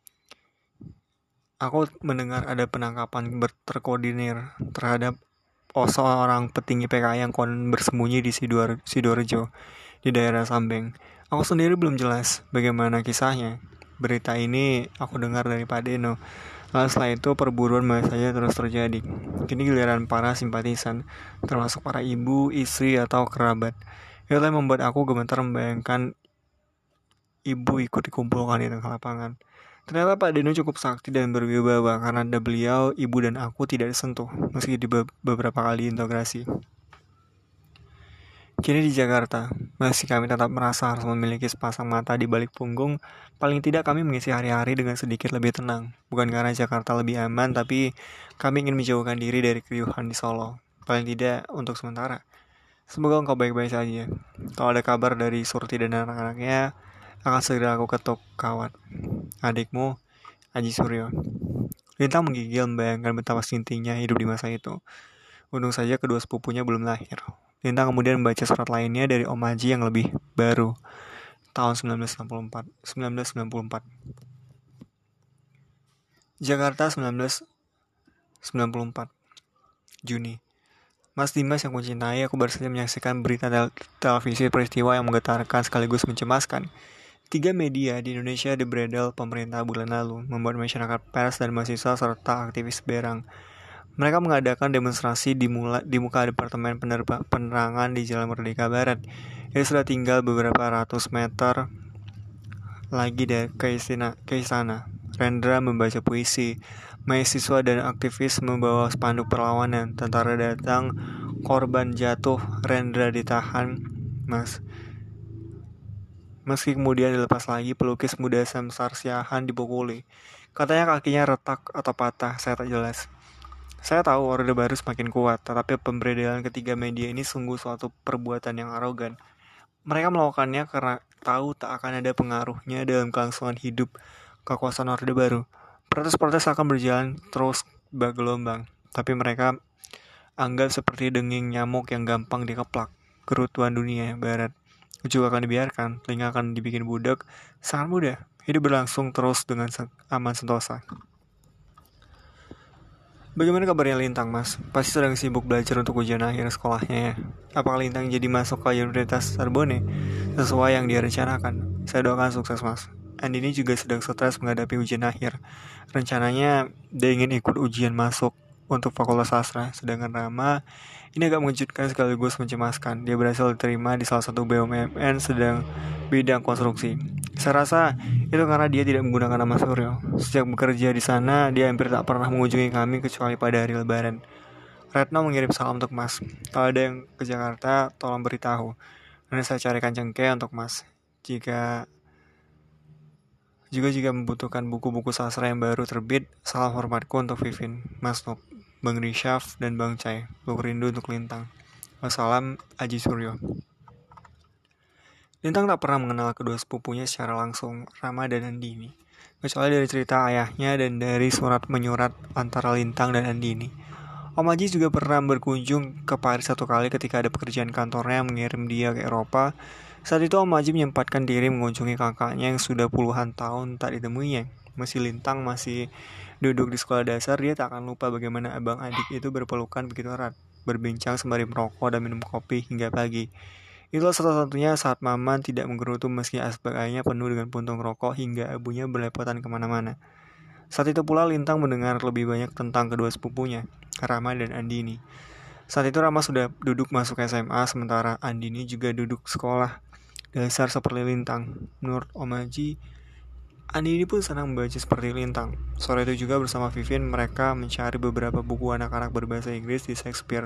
A: aku mendengar ada penangkapan terkoordinir terhadap seorang petinggi P K I yang konon bersembunyi di Sidoarjo, di daerah Sambeng. Aku sendiri belum jelas bagaimana kisahnya. Berita ini aku dengar dari Pak Deno. Lalu setelah itu perburuan bahasanya terus terjadi. Kini giliran para simpatisan, termasuk para ibu, istri, atau kerabat. Itulah yang membuat aku gemetar membayangkan ibu ikut dikumpulkan di tengah lapangan. Ternyata Pak Deno cukup sakti dan berwibawa karena ada beliau, ibu dan aku tidak disentuh, meski di be- beberapa kali integrasi. Kini di Jakarta, masih kami tetap merasa harus memiliki sepasang mata di balik punggung. Paling tidak kami mengisi hari-hari dengan sedikit lebih tenang. Bukan karena Jakarta lebih aman, tapi kami ingin menjauhkan diri dari keriuhan di Solo. Paling tidak untuk sementara. Semoga engkau baik-baik saja. Kalau ada kabar dari Surti dan anak-anaknya, akan segera aku ketuk kawat. Adikmu, Aji Suryo. Lintang menggigil membayangkan betapa sintingnya hidup di masa itu. Untung saja kedua sepupunya belum lahir. Lintang kemudian membaca surat lainnya dari Om Aji yang lebih baru, tahun sembilan belas sembilan puluh empat. Jakarta sembilan belas sembilan puluh empat, Juni. Mas Dimas yang kucintai, aku baru saja menyaksikan berita tel- televisi peristiwa yang menggetarkan sekaligus mencemaskan. Tiga media di Indonesia dibredel pemerintah bulan lalu, membuat masyarakat pers dan mahasiswa serta aktivis berang. Mereka mengadakan demonstrasi di, mula, di muka Departemen Penerba, Penerangan di Jalan Merdeka Barat. Itu sudah tinggal beberapa ratus meter lagi dari ke istana, ke istana. Rendra membaca puisi. Mahasiswa dan aktivis membawa spanduk perlawanan. Tentara datang, korban jatuh, Rendra ditahan. Mas. Meski kemudian dilepas lagi, pelukis muda Samsar Siahan dipukuli. Katanya kakinya retak atau patah, saya tak jelas. Saya tahu Orde Baru semakin kuat, tetapi pemberedelan ketiga media ini sungguh suatu perbuatan yang arogan. Mereka melakukannya karena tahu tak akan ada pengaruhnya dalam kelangsungan hidup kekuasaan Orde Baru. Protes-protes akan berjalan terus bergelombang, tapi mereka anggap seperti denging nyamuk yang gampang dikeplak. Kerutuan dunia Barat juga akan dibiarkan, telinga akan dibikin budak, sangat mudah. Hidup berlangsung terus dengan aman sentosa. Bagaimana kabarnya Lintang, Mas? Pasti sedang sibuk belajar untuk ujian akhir sekolahnya ya. Apakah Lintang jadi masuk ke Universitas Sorbonne sesuai yang dia rencanakan? Saya doakan sukses, Mas. Andini juga sedang stres menghadapi ujian akhir. Rencananya dia ingin ikut ujian masuk untuk Fakultas Sastra. Sedangkan Rama, ini agak mengejutkan sekaligus mencemaskan. Dia berhasil diterima di salah satu B U M N sedang bidang konstruksi. Saya rasa itu karena dia tidak menggunakan nama Suryo. Sejak bekerja di sana, dia hampir tak pernah mengunjungi kami kecuali pada hari Lebaran. Retno mengirim salam untuk Mas. Kalau ada yang ke Jakarta, tolong beritahu. Nanti saya carikan cengkeh untuk Mas. Jika juga jika membutuhkan buku-buku sastra yang baru terbit, salam hormatku untuk Vivin, Mas Nuk, Bang Rishaf, dan Bang Cai. Peluk rindu untuk Lintang. Wassalam, Aji Suryo. Lintang tak pernah mengenal kedua sepupunya secara langsung, Rama dan Andini, kecuali dari cerita ayahnya dan dari surat menyurat antara Lintang dan Andini. Om Aji juga pernah berkunjung ke Paris satu kali ketika ada pekerjaan kantornya yang mengirim dia ke Eropa. Saat itu Om Aji menyempatkan diri mengunjungi kakaknya yang sudah puluhan tahun tak ditemuinya. Meski Lintang masih duduk di sekolah dasar, dia tak akan lupa bagaimana abang adik itu berpelukan begitu erat, berbincang sembari merokok dan minum kopi hingga pagi. Itulah satu-satunya saat Maman tidak menggerutu meski asbak ayahnya penuh dengan puntung rokok hingga abunya berlepotan kemana-mana. Saat itu pula Lintang mendengar lebih banyak tentang kedua sepupunya, Rama dan Andini. Saat itu Rama sudah duduk masuk S M A, sementara Andini juga duduk sekolah dasar seperti Lintang. Menurut Om Haji, Andini pun senang membaca seperti Lintang. Sore itu juga bersama Vivin mereka mencari beberapa buku anak-anak berbahasa Inggris di Shakespeare.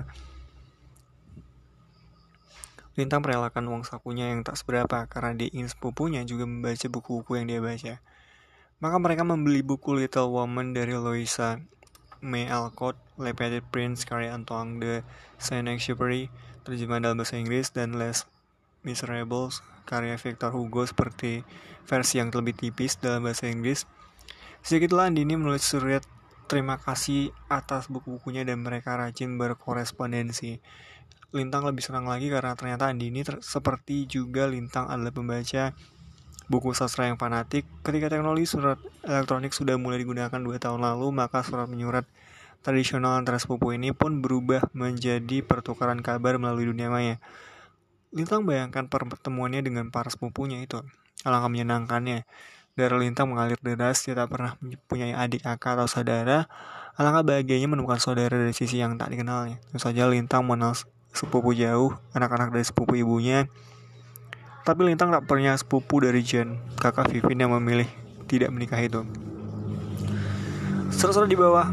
A: Lintang merelakan uang sakunya yang tak seberapa karena dia ingin sepupunya juga membaca buku-buku yang dia baca. Maka mereka membeli buku Little Woman dari Louisa May Alcott, Le Petit Prince karya Antoine de Saint-Exupéry, terjemahan dalam bahasa Inggris, dan Les Miserables karya Victor Hugo seperti versi yang lebih tipis dalam bahasa Inggris. Sejak itulah Andini menulis surat terima kasih atas buku-bukunya dan mereka rajin berkorespondensi. Lintang lebih senang lagi karena ternyata Andini ter- seperti juga Lintang adalah pembaca buku sastra yang fanatik. Ketika teknologi surat elektronik sudah mulai digunakan dua tahun lalu, maka surat menyurat tradisional antara sepupu ini pun berubah menjadi pertukaran kabar melalui dunia maya. Lintang bayangkan pertemuannya dengan para sepupunya itu. Alangkah menyenangkannya. Darah Lintang mengalir deras, dia tak pernah mempunyai adik, kakak, atau saudara. Alangkah bahagianya menemukan saudara dari sisi yang tak dikenalnya. Tentu saja Lintang mengenal sepupu jauh, anak-anak dari sepupu ibunya. Tapi Lintang tak punya sepupu dari Jen, kakak Vivin yang memilih tidak menikah itu. Surat-surat di bawah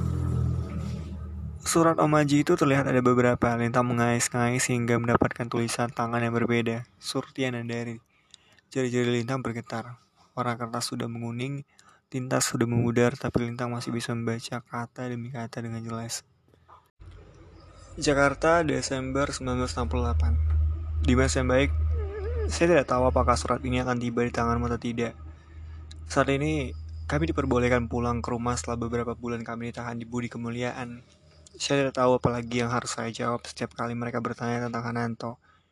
A: surat Om Haji itu terlihat ada beberapa. Lintang mengais-ngais hingga mendapatkan tulisan tangan yang berbeda. Surti Anandari. Jari-jari Lintang bergetar. Warna kertas sudah menguning, tinta sudah memudar, tapi Lintang masih bisa membaca kata demi kata dengan jelas. Jakarta, Desember sembilan belas enam puluh delapan. Dimas yang baik, saya tidak tahu apakah surat ini akan tiba di tanganmu atau tidak. Saat ini, kami diperbolehkan pulang ke rumah setelah beberapa bulan kami ditahan di Budi Kemuliaan. Saya tidak tahu apa lagi yang harus saya jawab setiap kali mereka bertanya tentang Hananto.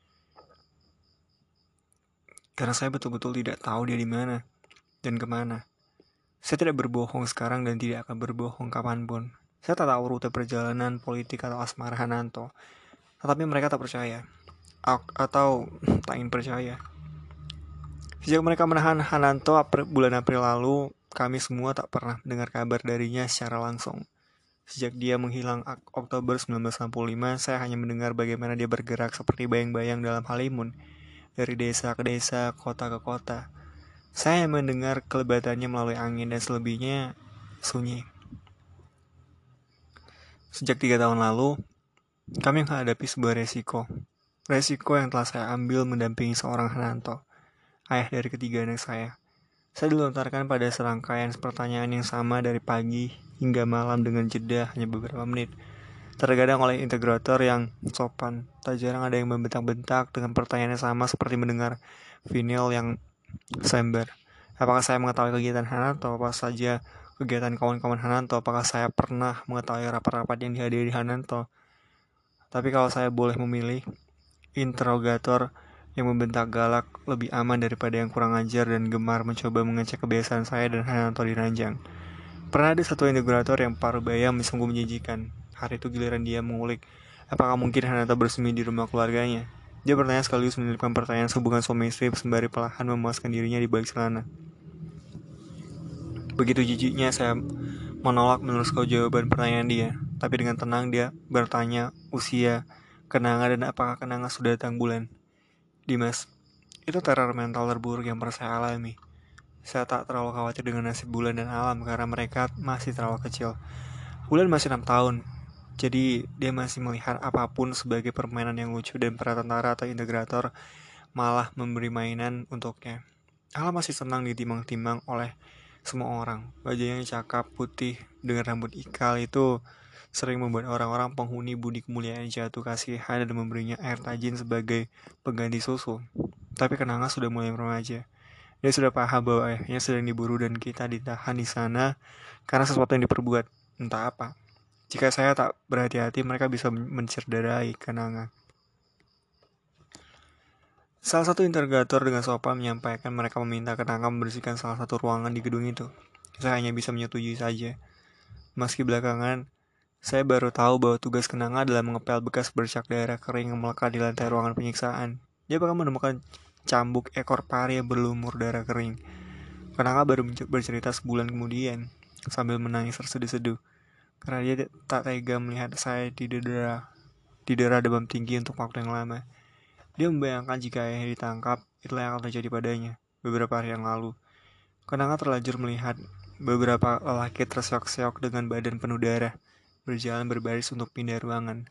A: Karena saya betul-betul tidak tahu dia di mana dan kemana. Saya tidak berbohong sekarang dan tidak akan berbohong kapanpun. Saya tak tahu rute perjalanan politik atau asmara Hananto. Tetapi mereka tak percaya. Atau tak ingin percaya. Sejak mereka menahan Hananto bulan April lalu, kami semua tak pernah mendengar kabar darinya secara langsung. Sejak dia menghilang Oktober sembilan belas enam puluh lima, saya hanya mendengar bagaimana dia bergerak seperti bayang-bayang dalam halimun, dari desa ke desa, kota ke kota. Saya mendengar kelebatannya melalui angin dan selebihnya sunyi. Sejak tiga tahun lalu, kami menghadapi sebuah resiko. Resiko yang telah saya ambil mendampingi seorang Hananto, ayah dari ketiga anak saya. Saya dilontarkan pada serangkaian pertanyaan yang sama dari pagi hingga malam dengan jeda hanya beberapa menit. Terkadang oleh integrator yang sopan, tak jarang ada yang membentak-bentak dengan pertanyaan yang sama seperti mendengar vinyl yang sember. Apakah saya mengetahui kegiatan Hananto? Apa saja kegiatan kawan-kawan Hananto? Apakah saya pernah mengetahui rapat-rapat yang dihadiri Hananto? Tapi kalau saya boleh memilih, interrogator yang membentak galak lebih aman daripada yang kurang ajar dan gemar mencoba mengecek kebiasaan saya dan Hananto di ranjang. Pernah ada satu integrator yang paruh baya sungguh menjijikan. Hari itu giliran dia mengulik apakah mungkin Hananto bersembunyi di rumah keluarganya. Dia bertanya sekaligus menyelipkan pertanyaan hubungan suami istri sembari perlahan memuaskan dirinya di balik celana. Begitu jijiknya saya menolak meneruskan jawaban pertanyaan dia. Tapi dengan tenang dia bertanya usia, kenanga dan apakah kenanga sudah datang bulan. Dimas, itu teror mental terburuk yang pernah saya alami. Saya tak terlalu khawatir dengan nasib Bulan dan Alam karena mereka masih terlalu kecil. Bulan masih enam tahun, jadi dia masih melihat apapun sebagai permainan yang lucu dan para tentara atau integrator malah memberi mainan untuknya. Alam masih senang ditimang-timang oleh semua orang. Wajahnya cakap putih dengan rambut ikal itu sering membuat orang-orang penghuni Budi Kemuliaan jatuh kasihan dan memberinya air tajin sebagai pengganti susu. Tapi kenanga sudah mulai remaja. Dia sudah paham bahwa ayahnya sedang diburu dan kita ditahan di sana karena sesuatu yang diperbuat, entah apa. Jika saya tak berhati-hati, mereka bisa mencerdarai kenanga. Salah satu interrogator dengan sopan menyampaikan mereka meminta kenanga membersihkan salah satu ruangan di gedung itu. Saya hanya bisa menyetujui saja. Meski belakangan, saya baru tahu bahwa tugas kenanga adalah mengepel bekas bercak darah kering yang melekat di lantai ruangan penyiksaan. Dia bahkan menemukan cambuk ekor pari yang berlumur darah kering. Kenanga baru bercerita sebulan kemudian, sambil menangis terseduh-seduh, karena dia tak tega melihat saya didera, didera demam tinggi untuk waktu yang lama. Dia membayangkan jika ayahnya ditangkap, itulah yang akan terjadi padanya. Beberapa hari yang lalu, Kenanga terlanjur melihat beberapa lelaki terseok-seok dengan badan penuh darah berjalan berbaris untuk pindah ruangan.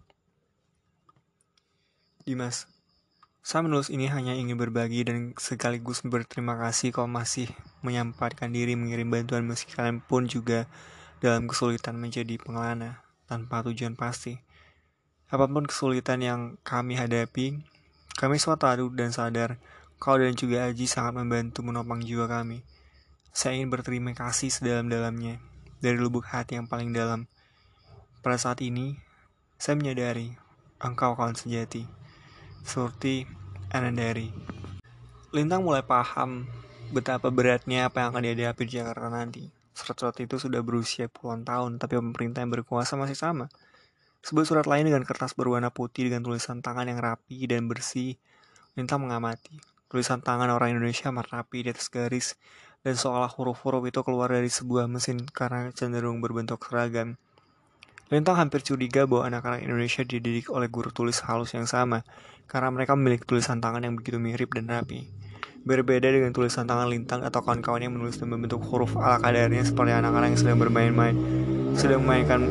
A: Dimas, saya menulis ini hanya ingin berbagi dan sekaligus berterima kasih kau masih menyempatkan diri mengirim bantuan meski kalian pun juga dalam kesulitan menjadi pengelana tanpa tujuan pasti. Apapun kesulitan yang kami hadapi, kami semua tahu dan sadar kau dan juga Aji sangat membantu menopang jiwa kami. Saya ingin berterima kasih sedalam-dalamnya dari lubuk hati yang paling dalam. Pada saat ini, saya menyadari engkau kawan sejati. Surti Anandari. Lintang mulai paham betapa beratnya apa yang akan dihadapi di Jakarta nanti. Surat-surat itu sudah berusia puluhan tahun, tapi pemerintah yang berkuasa masih sama. Sebuah surat lain dengan kertas berwarna putih dengan tulisan tangan yang rapi dan bersih. Lintang mengamati. Tulisan tangan orang Indonesia amat rapi di atas garis, dan seolah huruf-huruf itu keluar dari sebuah mesin karena cenderung berbentuk seragam. Lintang hampir curiga bahwa anak-anak Indonesia dididik oleh guru tulis halus yang sama, karena mereka memiliki tulisan tangan yang begitu mirip dan rapi. Berbeda dengan tulisan tangan Lintang atau kawan-kawan yang menulis dan membentuk huruf ala kadarnya seperti anak-anak yang sedang bermain-main, sedang memainkan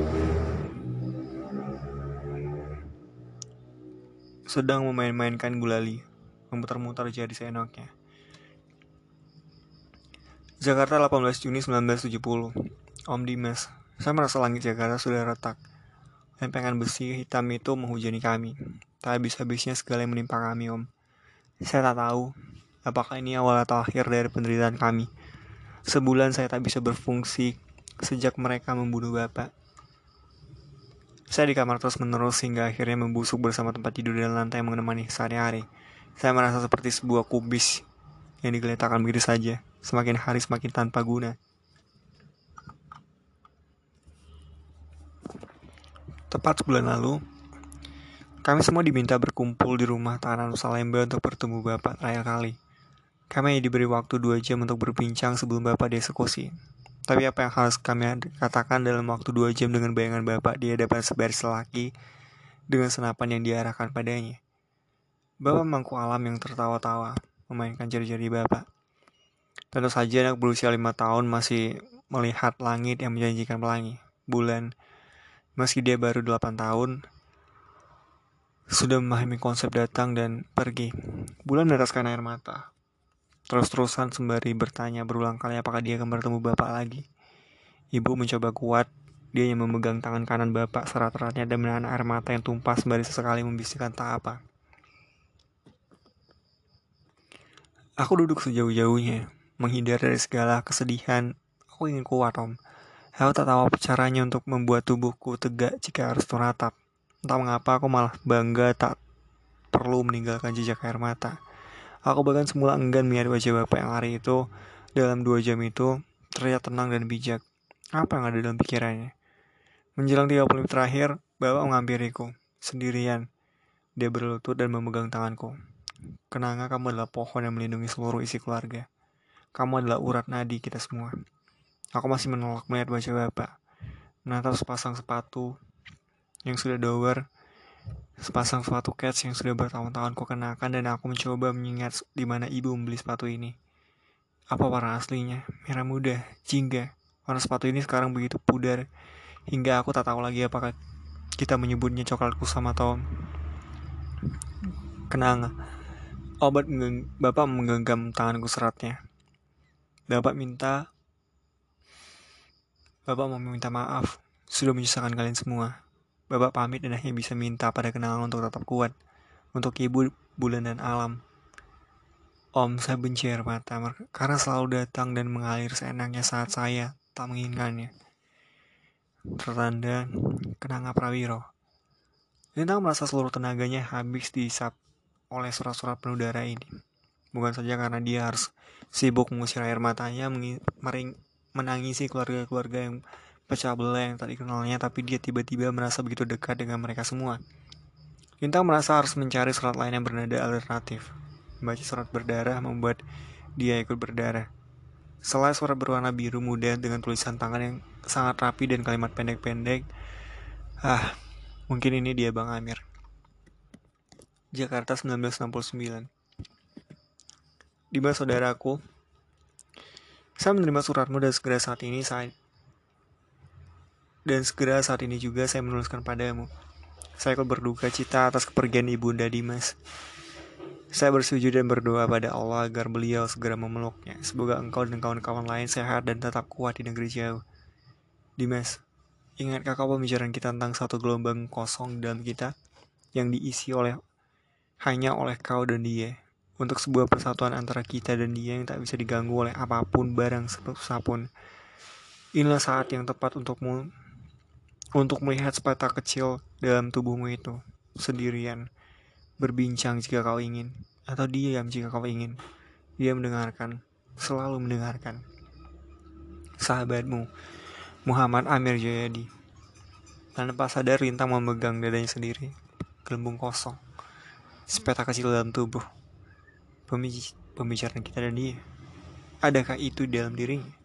A: sedang memain-mainkan gulali, memutar-mutar jari seenaknya. Jakarta, delapan belas Juni seribu sembilan ratus tujuh puluh. Om Dimas, saya merasa langit Jakarta sudah retak. Lempengan besi hitam itu menghujani kami. Tak habis-habisnya segala yang menimpa kami, Om. Saya tak tahu apakah ini awal atau akhir dari penderitaan kami. Sebulan saya tak bisa berfungsi sejak mereka membunuh Bapak. Saya di kamar terus-menerus hingga akhirnya membusuk bersama tempat tidur dan lantai yang menemani sehari-hari. Saya merasa seperti sebuah kubis yang digeletakkan begitu saja. Semakin hari semakin tanpa guna. Tepat sebulan lalu, kami semua diminta berkumpul di rumah tahanan Salemba untuk bertemu Bapak terakhir kali. Kami diberi waktu dua jam untuk berbincang sebelum Bapak dieksekusi. Tapi apa yang harus kami katakan dalam waktu dua jam dengan bayangan Bapak di hadapan sebaris lelaki dengan senapan yang diarahkan padanya? Bapak mangku alam yang tertawa-tawa, memainkan jari-jari Bapak. Tentu saja anak berusia lima tahun masih melihat langit yang menjanjikan pelangi, bulan. Meski dia baru delapan tahun, sudah memahami konsep datang dan pergi. Bulan meneteskan air mata. Terus-terusan sembari bertanya berulang kali apakah dia akan bertemu Bapak lagi. Ibu mencoba kuat, dia yang memegang tangan kanan Bapak serat-eratnya dan menahan air mata yang tumpah sembari sesekali membisikkan tak apa. Aku duduk sejauh-jauhnya, menghindar dari segala kesedihan. Aku ingin kuat, Om. Aku tak tahu apa caranya untuk membuat tubuhku tegak jika harus teratap. Entah mengapa aku malah bangga tak perlu meninggalkan jejak air mata. Aku bahkan semula enggan melihat wajah Bapak yang hari itu, dalam dua jam itu, terlihat tenang dan bijak. Apa yang ada dalam pikirannya? Menjelang tiga puluh menit terakhir, Bapak menghampiriku, sendirian. Dia berlutut dan memegang tanganku. Kenanga, kamu adalah pohon yang melindungi seluruh isi keluarga. Kamu adalah urat nadi kita semua. Aku masih menolak melihat wajah Bapak, menatap sepasang sepatu yang sudah dower, sepasang sepatu kets yang sudah bertahun-tahun ku kenakan, dan aku mencoba mengingat di mana ibu membeli sepatu ini. Apa warna aslinya? Merah muda, jingga. Warna sepatu ini sekarang begitu pudar, hingga aku tak tahu lagi apakah kita menyebutnya coklat kusam atau kenanga. Obat menggeng- Bapak menggenggam tanganku seratnya. Bapak minta Bapak mau meminta maaf, sudah menyusahkan kalian semua. Bapak pamit dan hanya bisa minta pada kenangan untuk tetap kuat. Untuk ibu, bulan, dan alam. Om, saya benci air mata karena selalu datang dan mengalir seenaknya saat saya tak menginginkannya. Tertanda Kenanga Prawiro. Lintang merasa seluruh tenaganya habis dihisap oleh surat-surat penuh darah ini. Bukan saja karena dia harus sibuk mengusir air matanya, mering- menangisi keluarga-keluarga yang pecah belah yang tak dikenalnya, tapi dia tiba-tiba merasa begitu dekat dengan mereka semua. Lintang merasa harus mencari surat lain yang bernada alternatif. Membaca surat berdarah membuat dia ikut berdarah. Selai surat berwarna biru muda dengan tulisan tangan yang sangat rapi dan kalimat pendek-pendek. Ah, mungkin ini dia Bang Amir. Jakarta, seribu sembilan ratus enam puluh sembilan. Dimas, saudaraku, saya menerima suratmu dan segera saat ini saya dan segera saat ini juga saya menuliskan padamu. Saya ikut berduka cita atas kepergian Ibunda Dimas. Saya bersujud dan berdoa pada Allah agar beliau segera memeluknya. Semoga engkau dan kawan-kawan lain sehat dan tetap kuat di negeri jauh. Dimas, ingatkah kau pembicaraan kita tentang satu gelombang kosong dalam kita yang diisi oleh hanya oleh kau dan dia, untuk sebuah persatuan antara kita dan dia yang tak bisa diganggu oleh apapun, barang apapun. Inilah saat yang tepat untukmu untuk melihat sepetak kecil dalam tubuhmu itu, sendirian, berbincang jika kau ingin, atau diam jika kau ingin. Dia mendengarkan, selalu mendengarkan. Sahabatmu, Muhammad Amir Jayadi. Tanpa sadar Lintang memegang dadanya sendiri, gelembung kosong, sepeta kecil dalam tubuh. Pembicaraan kita dan dia, adakah itu dalam dirinya?